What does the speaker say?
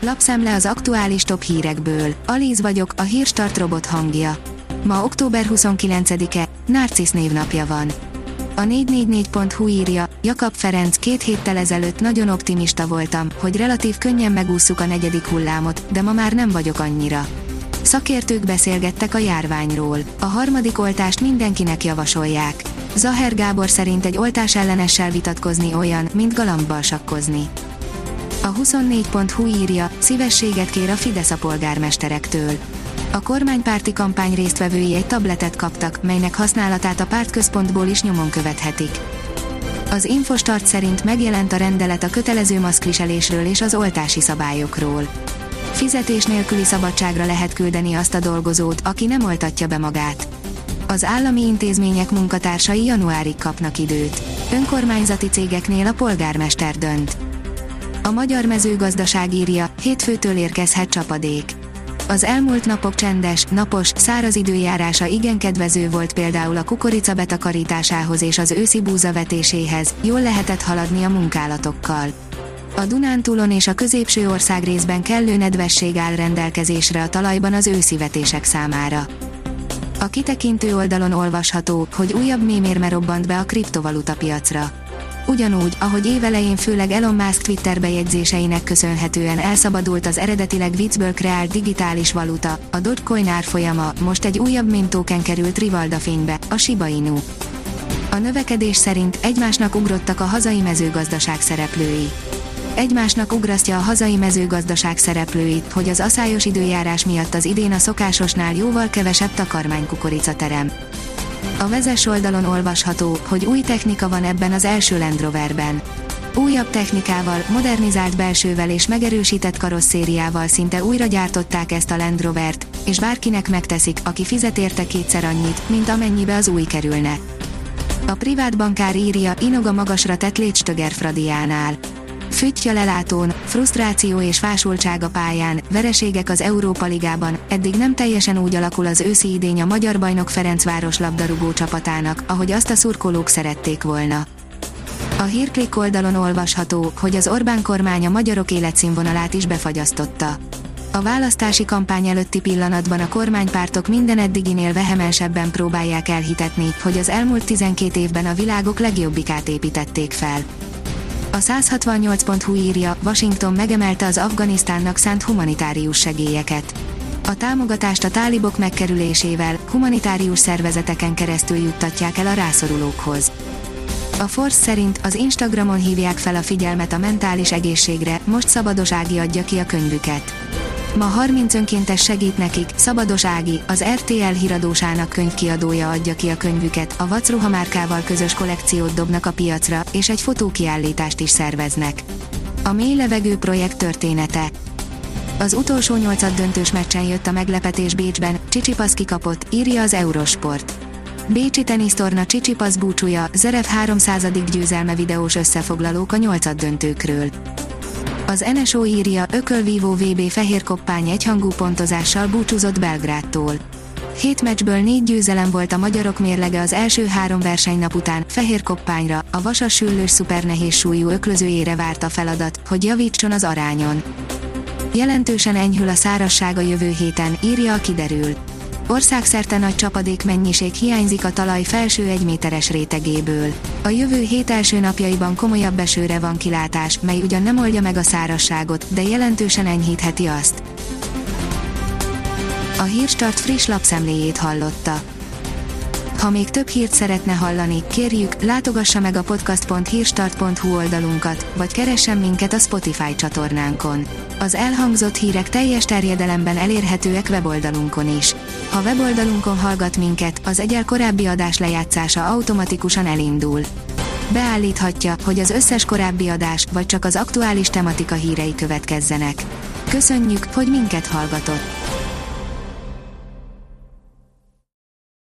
Lapszemle az aktuális top hírekből. Alíz vagyok, a Hírstart robot hangja. Ma október 29-e, Narcisz névnapja van. A 444.hu írja, Jakab Ferenc: 2 héttel ezelőtt nagyon optimista voltam, hogy relatív könnyen megússzuk a 4. hullámot, de ma már nem vagyok annyira. Szakértők beszélgettek a járványról. A 3. oltást mindenkinek javasolják. Zaher Gábor szerint egy oltás ellenessel vitatkozni olyan, mint galambbal sakkozni. A 24.hu írja, szívességet kér a Fidesz a polgármesterektől. A kormánypárti kampány résztvevői egy tabletet kaptak, melynek használatát a pártközpontból is nyomon követhetik. Az Infostart szerint megjelent a rendelet a kötelező maszkviselésről és az oltási szabályokról. Fizetés nélküli szabadságra lehet küldeni azt a dolgozót, aki nem oltatja be magát. Az állami intézmények munkatársai januárig kapnak időt. Önkormányzati cégeknél a polgármester dönt. A Magyar Mezőgazdaság írja, hétfőtől érkezhet csapadék. Az elmúlt napok csendes, napos, száraz időjárása igen kedvező volt például a kukorica betakarításához és az őszi búza vetéséhez, jól lehetett haladni a munkálatokkal. A Dunántúlon és a középső országrészben kellő nedvesség áll rendelkezésre a talajban az őszi vetések számára. A kitekintő oldalon olvasható, hogy újabb mémérme robbant be a kriptovaluta piacra. Ugyanúgy, ahogy évelején főleg Elon Musk Twitter bejegyzéseinek köszönhetően elszabadult az eredetileg viccből kreált digitális valuta, a Dogecoin árfolyama, most egy újabb meme token került rivaldafénybe, a Shiba Inu. A növekedés szerint egymásnak ugrottak a hazai mezőgazdaság szereplői. Egymásnak ugrasztja a hazai mezőgazdaság szereplőit, hogy az aszályos időjárás miatt az idén a szokásosnál jóval kevesebb takarmánykukorica terem. A Vezes oldalon olvasható, hogy új technika van ebben az első Land Roverben. Újabb technikával, modernizált belsővel és megerősített karosszériával szinte újra gyártották ezt a Land Rovert, és bárkinek megteszik, aki fizet érte 2-szer annyit, mint amennyibe az új kerülne. A privát bankár írja, inog a magasra tett Lécstöger Fradiánál. Fütty a lelátón, frusztráció és fásultság a pályán, vereségek az Európa Ligában, eddig nem teljesen úgy alakul az őszi idény a magyar bajnok Ferencváros labdarúgó csapatának, ahogy azt a szurkolók szerették volna. A Hírklik oldalon olvasható, hogy az Orbán kormány a magyarok életszínvonalát is befagyasztotta. A választási kampány előtti pillanatban a kormánypártok minden eddiginél vehemensebben próbálják elhitetni, hogy az elmúlt 12 évben a világok legjobbikát építették fel. A 168.hu írja, Washington megemelte az Afganisztánnak szánt humanitárius segélyeket. A támogatást a tálibok megkerülésével, humanitárius szervezeteken keresztül juttatják el a rászorulókhoz. A Force szerint az Instagramon hívják fel a figyelmet a mentális egészségre, most Szabados Ági adja ki a könyvüket. Ma 30 önkéntes segít nekik, Szabados Ági, az RTL híradósának könyvkiadója adja ki a könyvüket, a Vacruha márkával közös kollekciót dobnak a piacra, és egy fotókiállítást is szerveznek. A Mély Levegő projekt története. Az utolsó 8-döntős meccsen jött a meglepetés Bécsben, Csicsipaz kikapott, írja az Eurosport. Bécsi tenisztorna Csicsipaz búcsúja, Zverev 300. győzelme videós összefoglalók a 8-döntőkről. Az NSO írja, ökölvívó VB fehér koppány egyhangú pontozással búcsúzott Belgrádtól. 7 meccsből 4 győzelem volt a magyarok mérlege az első 3 versenynap után, fehér koppányra, a vasas süllős szupernehéz súlyú öklözőjére várt a feladat, hogy javítson az arányon. Jelentősen enyhül a szárazság a jövő héten, írja a Kiderül. Országszerte nagy csapadék mennyiség hiányzik a talaj felső 1 méteres rétegéből. A jövő hét első napjaiban komolyabb esőre van kilátás, mely ugyan nem oldja meg a szárazságot, de jelentősen enyhítheti azt. A Hírstart friss lapszemléjét hallotta. Ha még több hírt szeretne hallani, kérjük, látogassa meg a podcast.hírstart.hu oldalunkat, vagy keressen minket a Spotify csatornánkon. Az elhangzott hírek teljes terjedelemben elérhetőek weboldalunkon is. Ha weboldalunkon hallgat minket, az egyel korábbi adás lejátszása automatikusan elindul. Beállíthatja, hogy az összes korábbi adás, vagy csak az aktuális tematika hírei következzenek. Köszönjük, hogy minket hallgatott!